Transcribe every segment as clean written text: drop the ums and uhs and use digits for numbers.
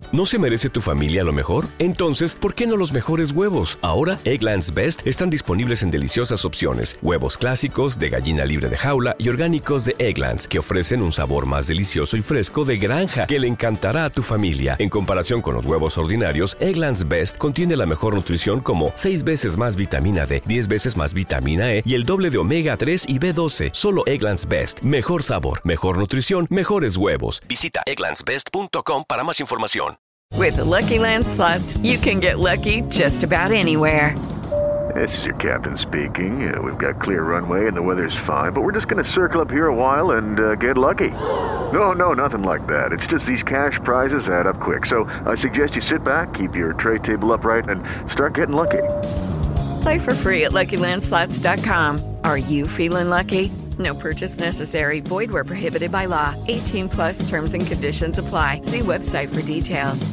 ¿No se merece tu familia lo mejor? Entonces, ¿por qué no los mejores huevos? Ahora, Eggland's Best están disponibles en deliciosas opciones. Huevos clásicos, de gallina libre de jaula y orgánicos de Eggland's, que ofrecen un sabor más delicioso y fresco de granja que le encantará a tu familia. En comparación con los huevos ordinarios, Eggland's Best contiene la mejor nutrición como 6 veces más vitamina D, 10 veces más vitamina E y el doble de omega 3 y B12. Solo Eggland's Best. Mejor sabor, mejor nutrición, mejores huevos. Visita egglandsbest.com para más información. With the Lucky Land Slots, you can get lucky just about anywhere. This is your captain speaking. We've got clear runway and the weather's fine, but we're just going to circle up here a while and get lucky. No, nothing like that. It's just these cash prizes add up quick. So I suggest you sit back, keep your tray table upright, and start getting lucky. Play for free at LuckyLandSlots.com. Are you feeling lucky? No purchase necessary. Void where prohibited by law. 18 plus terms and conditions apply. See website for details.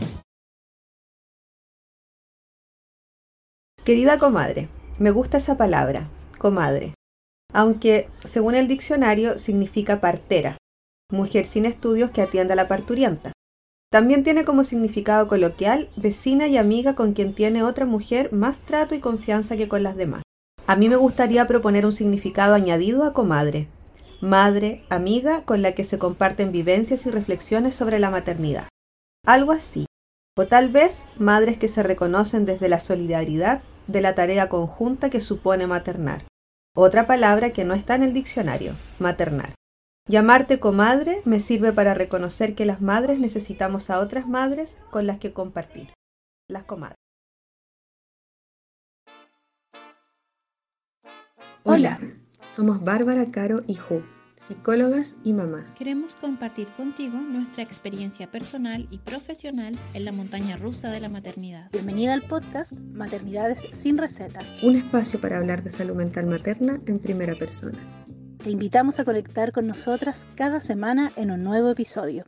Querida comadre, me gusta esa palabra, comadre, aunque según el diccionario significa partera, mujer sin estudios que atiende a la parturienta. También tiene como significado coloquial vecina y amiga con quien tiene otra mujer más trato y confianza que con las demás. A mí me gustaría proponer un significado añadido a comadre, madre, amiga con la que se comparten vivencias y reflexiones sobre la maternidad. Algo así. O tal vez madres que se reconocen desde la solidaridad de la tarea conjunta que supone maternar. Otra palabra que no está en el diccionario, maternar. Llamarte comadre me sirve para reconocer que las madres necesitamos a otras madres con las que compartir. Las comadres. Hola, somos Bárbara, Caro y Ju, psicólogas y mamás. Queremos compartir contigo nuestra experiencia personal y profesional en la montaña rusa de la maternidad. Bienvenida al podcast Maternidades sin receta. Un espacio para hablar de salud mental materna en primera persona. Te invitamos a conectar con nosotras cada semana en un nuevo episodio.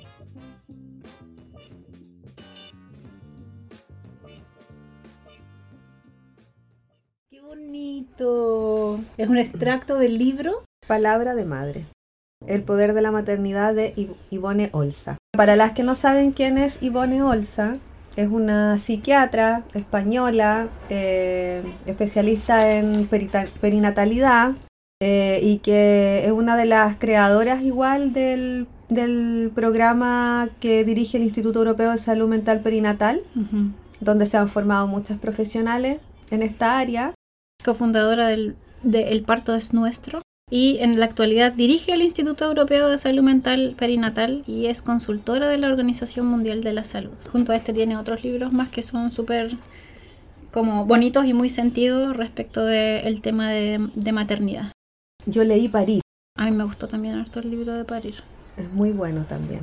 ¡Qué bonito! Es un extracto del libro Palabra de madre. El poder de la maternidad de Ivone Olza. Para las que no saben quién es Ivone Olza, es una psiquiatra española, especialista en perinatalidad y que es una de las creadoras igual del programa que dirige el Instituto Europeo de Salud Mental Perinatal, donde se han formado muchas profesionales en esta área. Cofundadora del El Parto es Nuestro. Y en la actualidad dirige el Instituto Europeo de Salud Mental Perinatal y es consultora de la Organización Mundial de la Salud. Junto a este tiene otros libros más que son súper como bonitos y muy sentidos respecto del tema de maternidad. Yo leí Parir. A mí me gustó también harto el libro de Parir. Es muy bueno también.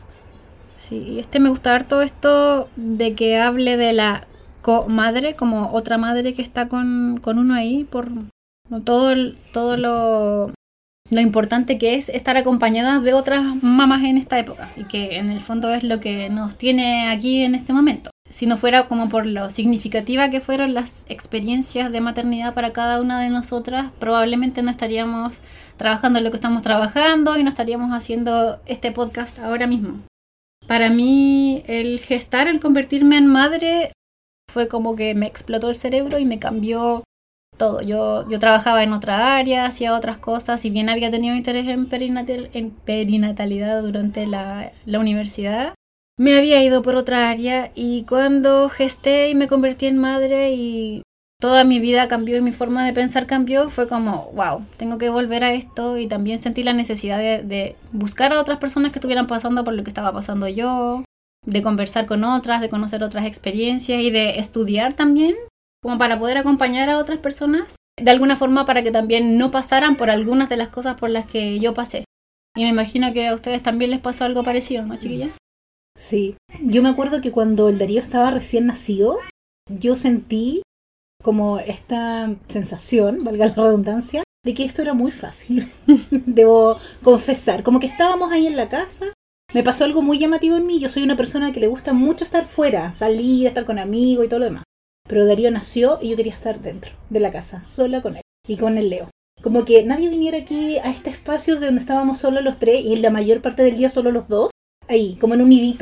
Sí, y me gusta harto esto de que hable de la comadre como otra madre que está con uno ahí por todo lo importante que es estar acompañadas de otras mamás en esta época y que en el fondo es lo que nos tiene aquí en este momento. Si no fuera como por lo significativa que fueron las experiencias de maternidad para cada una de nosotras, probablemente no estaríamos trabajando en lo que estamos trabajando y no estaríamos haciendo este podcast ahora mismo. Para mí el gestar, el convertirme en madre fue como que me explotó el cerebro y me cambió todo. Yo trabajaba en otra área, hacía otras cosas, si bien había tenido interés en perinatalidad durante la universidad, me había ido por otra área y cuando gesté y me convertí en madre y toda mi vida cambió y mi forma de pensar cambió, fue como, wow, tengo que volver a esto y también sentí la necesidad de buscar a otras personas que estuvieran pasando por lo que estaba pasando yo, de conversar con otras, de conocer otras experiencias y de estudiar también, como para poder acompañar a otras personas, de alguna forma para que también no pasaran por algunas de las cosas por las que yo pasé. Y me imagino que a ustedes también les pasó algo parecido, ¿no, chiquillas? Sí, yo me acuerdo que cuando el Darío estaba recién nacido, yo sentí como esta sensación, valga la redundancia, de que esto era muy fácil, debo confesar, como que estábamos ahí en la casa. Me pasó algo muy llamativo en mí, yo soy una persona que le gusta mucho estar fuera, salir, estar con amigos y todo lo demás. Pero Darío nació y yo quería estar dentro de la casa, sola con él y con el Leo. Como que nadie viniera aquí a este espacio donde estábamos solo los tres y la mayor parte del día solo los dos, ahí, como en un nidito.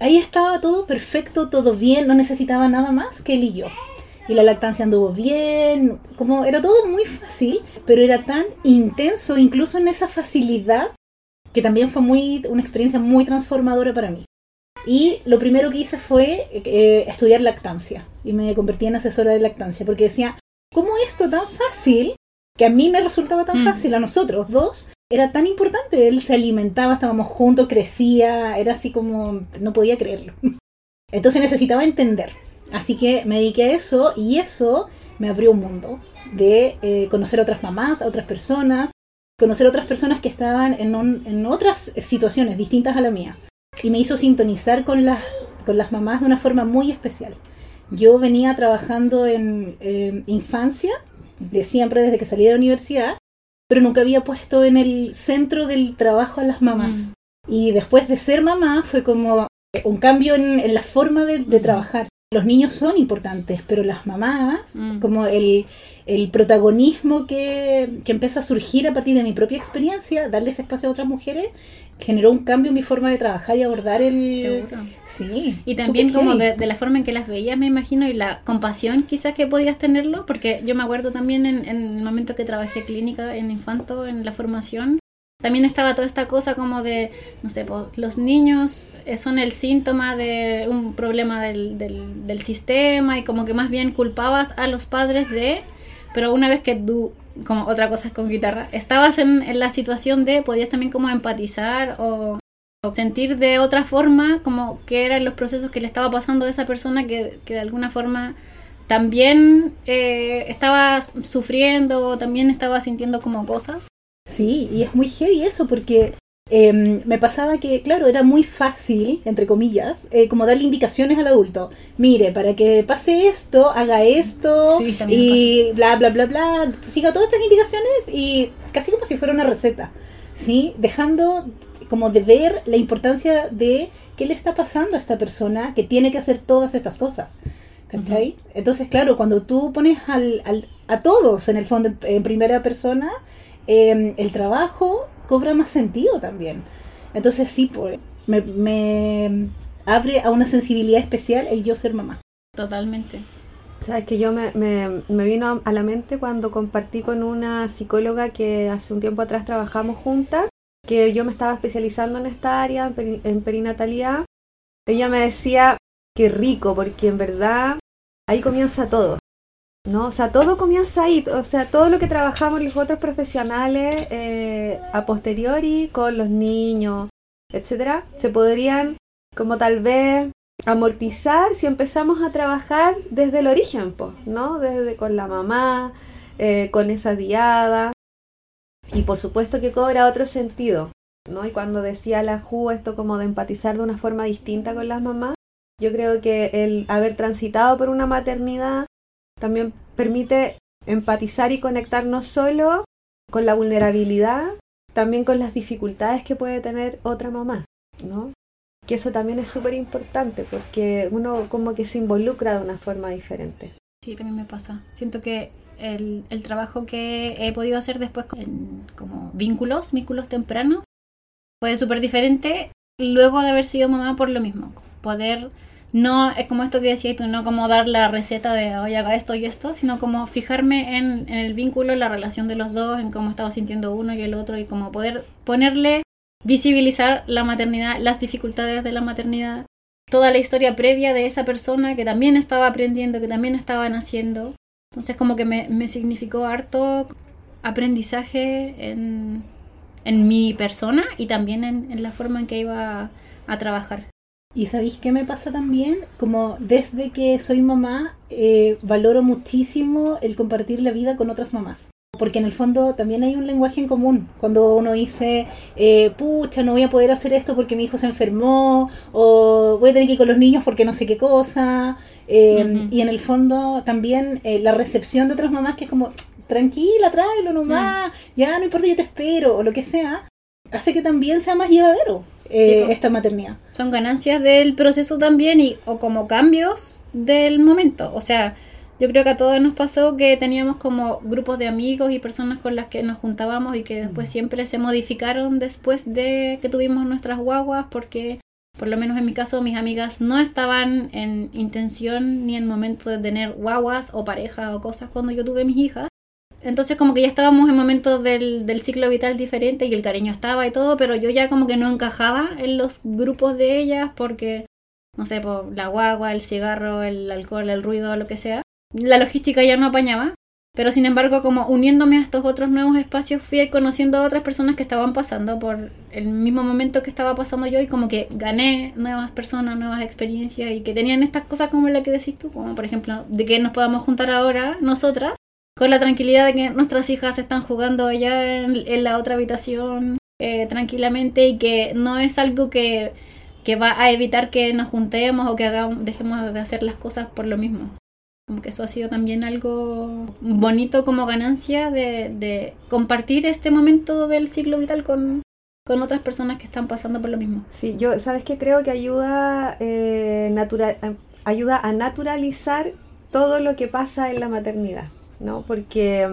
ahí estaba todo perfecto, todo bien, no necesitaba nada más que él y yo. Y la lactancia anduvo bien, como era todo muy fácil, pero era tan intenso, incluso en esa facilidad, que también fue una experiencia muy transformadora para mí. Y lo primero que hice fue estudiar lactancia, y me convertí en asesora de lactancia, porque decía, ¿cómo esto tan fácil, que a mí me resultaba tan fácil, a nosotros dos, era tan importante? Él se alimentaba, estábamos juntos, crecía, era así como, no podía creerlo. Entonces necesitaba entender. Así que me dediqué a eso, y eso me abrió un mundo de conocer a otras mamás, a otras personas, conocer a otras personas que estaban en otras situaciones distintas a la mía. Y me hizo sintonizar con las mamás de una forma muy especial. Yo venía trabajando en infancia, de siempre, desde que salí de la universidad, pero nunca había puesto en el centro del trabajo a las mamás. Y después de ser mamá fue como un cambio en la forma de trabajar. Los niños son importantes, pero las mamás, como el protagonismo que empieza a surgir a partir de mi propia experiencia, darles espacio a otras mujeres, generó un cambio en mi forma de trabajar y abordar el... Seguro. Sí. Y también como de la forma en que las veías, me imagino, y la compasión quizás que podías tenerlo, porque yo me acuerdo también en el momento que trabajé clínica en infanto, en la formación, también estaba toda esta cosa como de, no sé, pues, los niños son el síntoma de un problema del sistema, y como que más bien culpabas a los padres pero una vez que tú, como otra cosa es con guitarra, estabas en la situación podías también como empatizar o sentir de otra forma como que eran los procesos que le estaba pasando a esa persona que de alguna forma también estaba sufriendo o también estaba sintiendo como cosas. Sí, y es muy heavy eso, porque me pasaba que, claro, era muy fácil, entre comillas, como darle indicaciones al adulto. Mire, para que pase esto, haga esto, sí, y bla, bla, bla, bla, siga todas estas indicaciones, y casi como si fuera una receta, ¿sí? Dejando como de ver la importancia de qué le está pasando a esta persona que tiene que hacer todas estas cosas, ¿cachai? Entonces, claro, cuando tú pones a todos, en el fondo, en primera persona, el trabajo cobra más sentido también. Entonces sí, me abre a una sensibilidad especial el yo ser mamá. Totalmente. Sabes que yo me vino a la mente cuando compartí con una psicóloga que hace un tiempo atrás trabajamos juntas, que yo me estaba especializando en esta área, en perinatalidad. Ella me decía, qué rico, porque en verdad ahí comienza todo, ¿no? O sea, todo comienza ahí, o sea, todo lo que trabajamos los otros profesionales a posteriori con los niños, etcétera, se podrían como tal vez amortizar si empezamos a trabajar desde el origen, ¿no? Desde con la mamá, con esa diada, y por supuesto que cobra otro sentido, ¿no? Y cuando decía la Ju esto como de empatizar de una forma distinta con las mamás, yo creo que el haber transitado por una maternidad también permite empatizar y conectar no solo con la vulnerabilidad, también con las dificultades que puede tener otra mamá, ¿no? Que eso también es súper importante porque uno como que se involucra de una forma diferente. Sí, también me pasa. Siento que el trabajo que he podido hacer después como vínculos tempranos fue súper diferente luego de haber sido mamá por lo mismo. Poder... No es como esto que decías tú, no como dar la receta de oye, haga esto y esto, sino como fijarme en el vínculo, en la relación de los dos, en cómo estaba sintiendo uno y el otro, y como poder visibilizar la maternidad, las dificultades de la maternidad, toda la historia previa de esa persona que también estaba aprendiendo, que también estaba naciendo. Entonces como que me significó harto aprendizaje en mi persona y también en la forma en que iba a trabajar. ¿Y sabéis qué me pasa también? Como desde que soy mamá, valoro muchísimo el compartir la vida con otras mamás. Porque en el fondo también hay un lenguaje en común. Cuando uno dice, pucha, no voy a poder hacer esto porque mi hijo se enfermó, o voy a tener que ir con los niños porque no sé qué cosa. Y en el fondo también la recepción de otras mamás que es como, tranquila, tráelo nomás, ya no importa, yo te espero, o lo que sea, hace que también sea más llevadero. Esta maternidad. Son ganancias del proceso también o como cambios del momento. O sea, yo creo que a todos nos pasó que teníamos como grupos de amigos y personas con las que nos juntábamos y que después siempre se modificaron después de que tuvimos nuestras guaguas porque por lo menos en mi caso, mis amigas no estaban en intención ni en momento de tener guaguas o pareja o cosas cuando yo tuve mis hijas. Entonces como que ya estábamos en momentos del ciclo vital diferente y el cariño estaba y todo, pero yo ya como que no encajaba en los grupos de ellas porque, no sé, por la guagua, el cigarro, el alcohol, el ruido, lo que sea. La logística ya no apañaba, pero sin embargo como uniéndome a estos otros nuevos espacios fui conociendo a otras personas que estaban pasando por el mismo momento que estaba pasando yo y como que gané nuevas personas, nuevas experiencias y que tenían estas cosas como la que decís tú, como por ejemplo de que nos podamos juntar ahora nosotras con la tranquilidad de que nuestras hijas están jugando allá en la otra habitación tranquilamente y que no es algo que va a evitar que nos juntemos o que dejemos de hacer las cosas por lo mismo. Como que eso ha sido también algo bonito como ganancia de compartir este momento del ciclo vital con otras personas que están pasando por lo mismo. Sí, yo, ¿sabes qué? Creo que ayuda a naturalizar todo lo que pasa en la maternidad, ¿no? Porque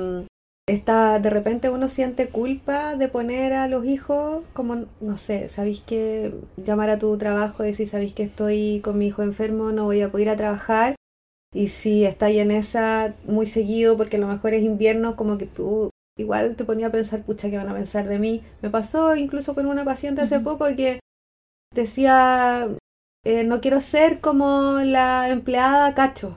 de repente uno siente culpa de poner a los hijos como, no sé, sabéis que llamar a tu trabajo y decir, sabéis que estoy con mi hijo enfermo, no voy a poder ir a trabajar. Y si estáis en esa muy seguido, porque a lo mejor es invierno, como que tú igual te ponías a pensar, pucha, ¿qué van a pensar de mí? Me pasó incluso con una paciente hace poco que decía, no quiero ser como la empleada cacho.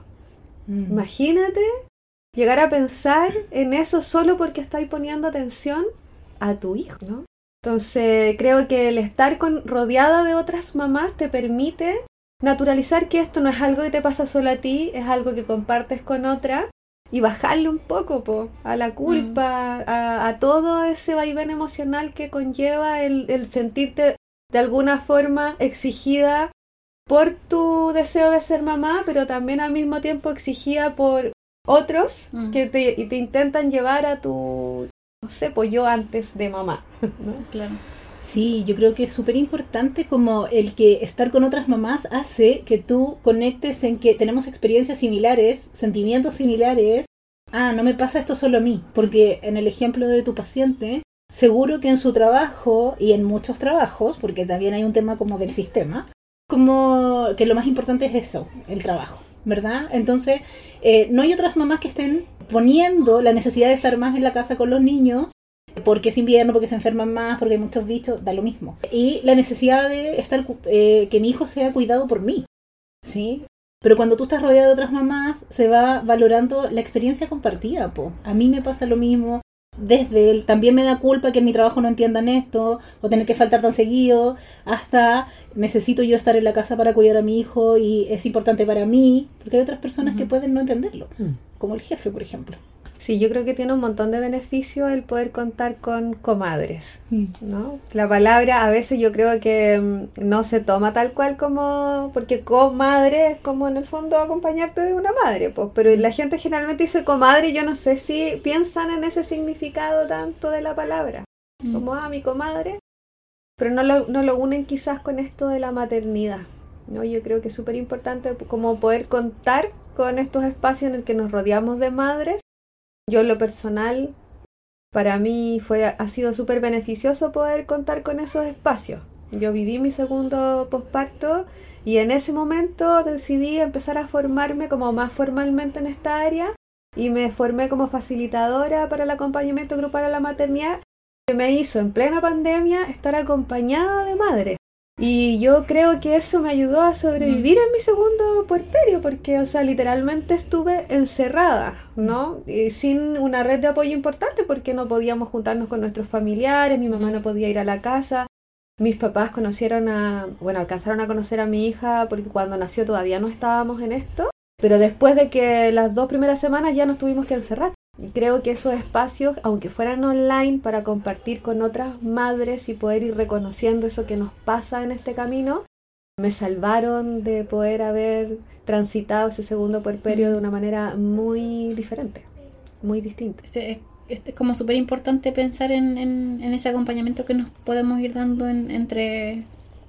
Imagínate llegar a pensar en eso solo porque estáis poniendo atención a tu hijo, ¿no? Entonces creo que el estar rodeada de otras mamás te permite naturalizar que esto no es algo que te pasa solo a ti, es algo que compartes con otra y bajarle un poco a la culpa, a todo ese vaivén emocional que conlleva el sentirte de alguna forma exigida por tu deseo de ser mamá, pero también al mismo tiempo exigida por otros que te intentan llevar a tu, no sé, pues yo antes de mamá, ¿no? Claro. Sí, yo creo que es súper importante como el que estar con otras mamás hace que tú conectes en que tenemos experiencias similares, sentimientos similares. Ah, no me pasa esto solo a mí, porque en el ejemplo de tu paciente, seguro que en su trabajo y en muchos trabajos, porque también hay un tema como del sistema, como que lo más importante es eso, el trabajo, ¿verdad? Entonces, no hay otras mamás que estén poniendo la necesidad de estar más en la casa con los niños, porque es invierno, porque se enferman más, porque hay muchos bichos, da lo mismo. Y la necesidad de estar que mi hijo sea cuidado por mí, ¿sí? Pero cuando tú estás rodeado de otras mamás, se va valorando la experiencia compartida, po. A mí me pasa lo mismo. También me da culpa que en mi trabajo no entiendan esto, o tener que faltar tan seguido, hasta necesito yo estar en la casa para cuidar a mi hijo y es importante para mí, porque hay otras personas que pueden no entenderlo, como el jefe, por ejemplo. Sí, yo creo que tiene un montón de beneficios el poder contar con comadres, ¿no? La palabra a veces yo creo que no se toma tal cual como, porque comadre es como en el fondo acompañarte de una madre, pues, pero la gente generalmente dice comadre y yo no sé si piensan en ese significado tanto de la palabra, como mi comadre, pero no lo unen quizás con esto de la maternidad, ¿no? Yo creo que es súper importante como poder contar con estos espacios en el que nos rodeamos de madres. Yo en lo personal, para mí ha sido súper beneficioso poder contar con esos espacios. Yo viví mi segundo posparto y en ese momento decidí empezar a formarme como más formalmente en esta área y me formé como facilitadora para el acompañamiento grupal a la maternidad, que me hizo en plena pandemia estar acompañada de madres. Y yo creo que eso me ayudó a sobrevivir en mi segundo puerperio, porque, o sea, literalmente estuve encerrada, ¿no? Y sin una red de apoyo importante, porque no podíamos juntarnos con nuestros familiares, mi mamá no podía ir a la casa, mis papás alcanzaron a conocer a mi hija, porque cuando nació todavía no estábamos en esto, pero después de que las 2 primeras semanas ya nos tuvimos que encerrar. Y creo que esos espacios, aunque fueran online para compartir con otras madres y poder ir reconociendo eso que nos pasa en este camino, me salvaron de poder haber transitado ese segundo puerperio de una manera muy diferente, muy distinta. Es como súper importante pensar en ese acompañamiento que nos podemos ir dando entre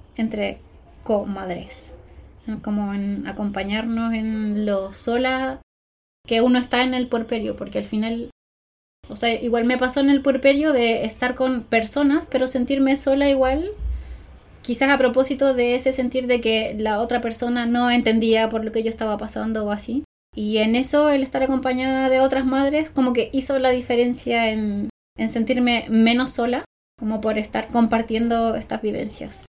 comadres, ¿no? Como en acompañarnos en lo sola que uno está en el puerperio, porque al final, o sea, igual me pasó en el puerperio de estar con personas, pero sentirme sola igual, quizás a propósito de ese sentir de que la otra persona no entendía por lo que yo estaba pasando o así. Y en eso el estar acompañada de otras madres como que hizo la diferencia en sentirme menos sola, como por estar compartiendo estas vivencias.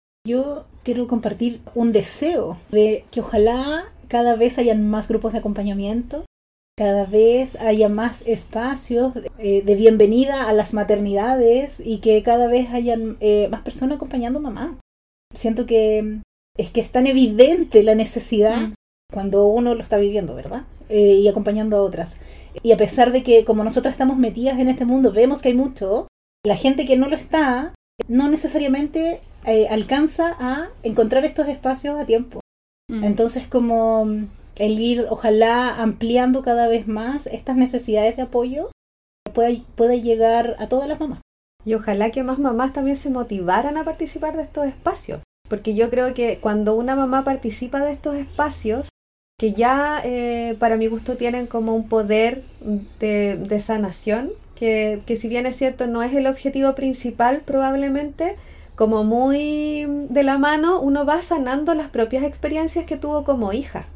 Yo quiero compartir un deseo de que ojalá cada vez hayan más grupos de acompañamiento, cada vez haya más espacios de bienvenida a las maternidades y que cada vez hayan más personas acompañando a mamá. Siento que es tan evidente la necesidad cuando uno lo está viviendo, ¿verdad? Y acompañando a otras. Y a pesar de que como nosotras estamos metidas en este mundo, vemos que hay mucho, la gente que no lo está, no necesariamente alcanza a encontrar estos espacios a tiempo. Entonces como el ir ojalá ampliando cada vez más estas necesidades de apoyo pueda llegar a todas las mamás. Y ojalá que más mamás también se motivaran a participar de estos espacios, porque yo creo que cuando una mamá participa de estos espacios, que ya para mi gusto tienen como un poder de sanación, que si bien es cierto no es el objetivo principal probablemente, como muy de la mano uno va sanando las propias experiencias que tuvo como hija.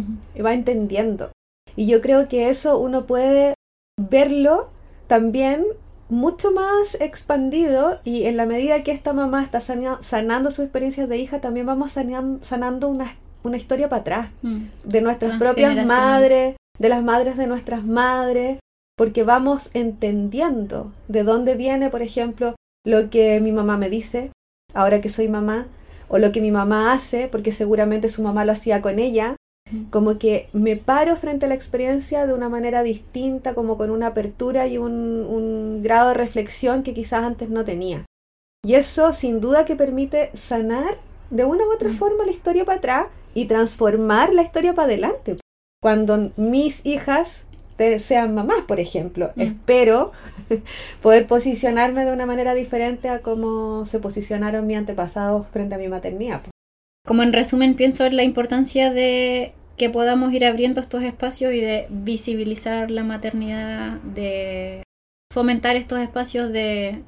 Y va entendiendo. Y yo creo que eso uno puede verlo también mucho más expandido, y en la medida que esta mamá está sanando sus experiencias de hija, también vamos sanando una historia para atrás, de nuestras propias madres, de las madres de nuestras madres, porque vamos entendiendo de dónde viene, por ejemplo, lo que mi mamá me dice, ahora que soy mamá, o lo que mi mamá hace, porque seguramente su mamá lo hacía con ella. Como que me paro frente a la experiencia de una manera distinta, como con una apertura y un grado de reflexión que quizás antes no tenía. Y eso sin duda que permite sanar de una u otra forma la historia para atrás y transformar la historia para adelante. Cuando mis hijas sean mamás, por ejemplo, espero poder posicionarme de una manera diferente a cómo se posicionaron mis antepasados frente a mi maternidad. Como en resumen pienso en la importancia de que podamos ir abriendo estos espacios y de visibilizar la maternidad, de fomentar estos espacios de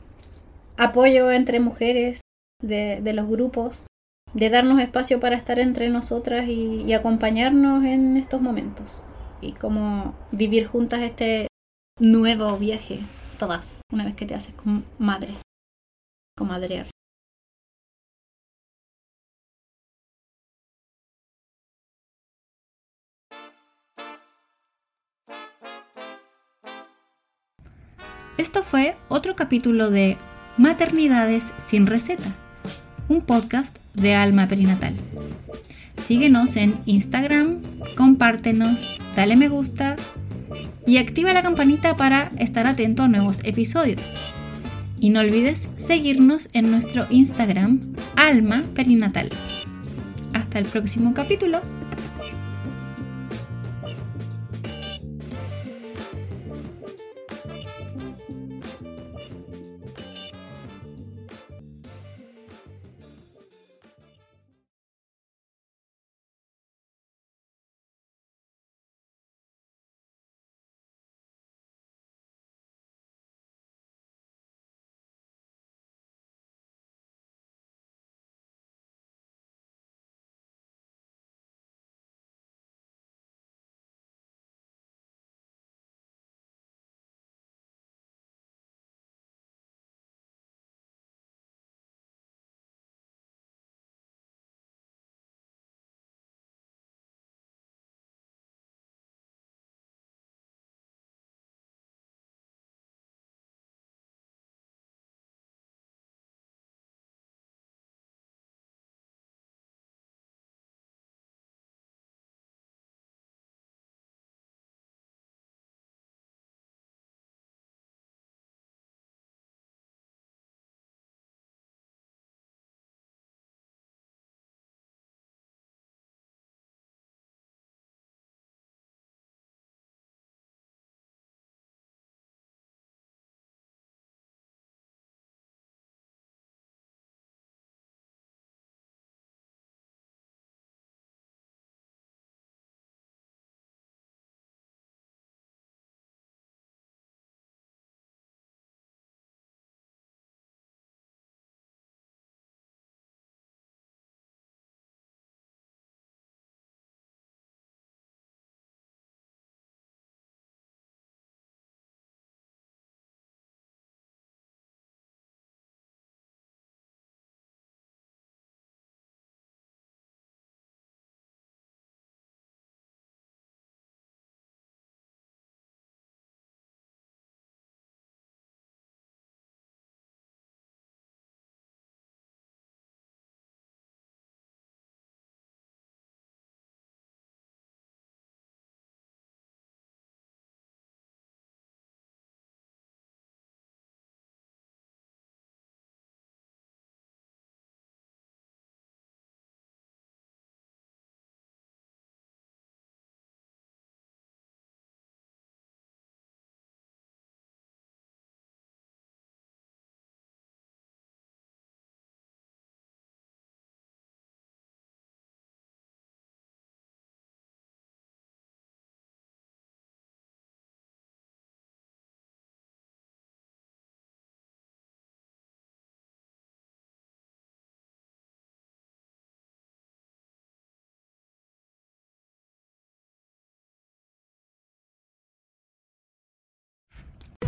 apoyo entre mujeres, de los grupos, de darnos espacio para estar entre nosotras y acompañarnos en estos momentos. Y como vivir juntas este nuevo viaje, todas, una vez que te haces como madre, comadrear. Esto fue otro capítulo de Maternidades sin receta, un podcast de Alma Perinatal. Síguenos en Instagram, compártenos, dale me gusta y activa la campanita para estar atento a nuevos episodios. Y no olvides seguirnos en nuestro Instagram, Alma Perinatal. Hasta el próximo capítulo.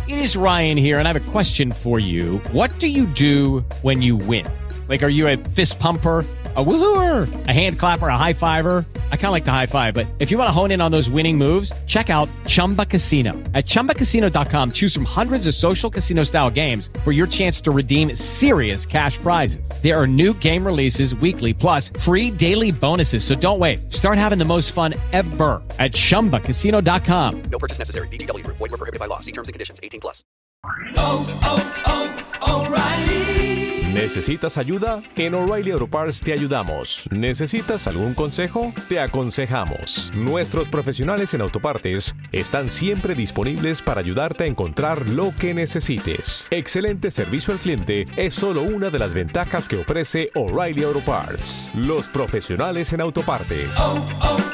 It is Ryan here, and I have a question for you. What do you do when you win? Like, are you a fist pumper, a woohooer, a hand clapper, a high fiver? I kind of like the high five, but if you want to hone in on those winning moves, check out Chumba Casino. At ChumbaCasino.com, choose from hundreds of social casino-style games for your chance to redeem serious cash prizes. There are new game releases weekly, plus free daily bonuses. So don't wait. Start having the most fun ever at ChumbaCasino.com. No purchase necessary. VGW Group. Void where prohibited by law. See terms and conditions. 18+. O'Reilly. ¿Necesitas ayuda? En O'Reilly Auto Parts te ayudamos. ¿Necesitas algún consejo? Te aconsejamos. Nuestros profesionales en autopartes están siempre disponibles para ayudarte a encontrar lo que necesites. Excelente servicio al cliente es solo una de las ventajas que ofrece O'Reilly Auto Parts. Los profesionales en autopartes.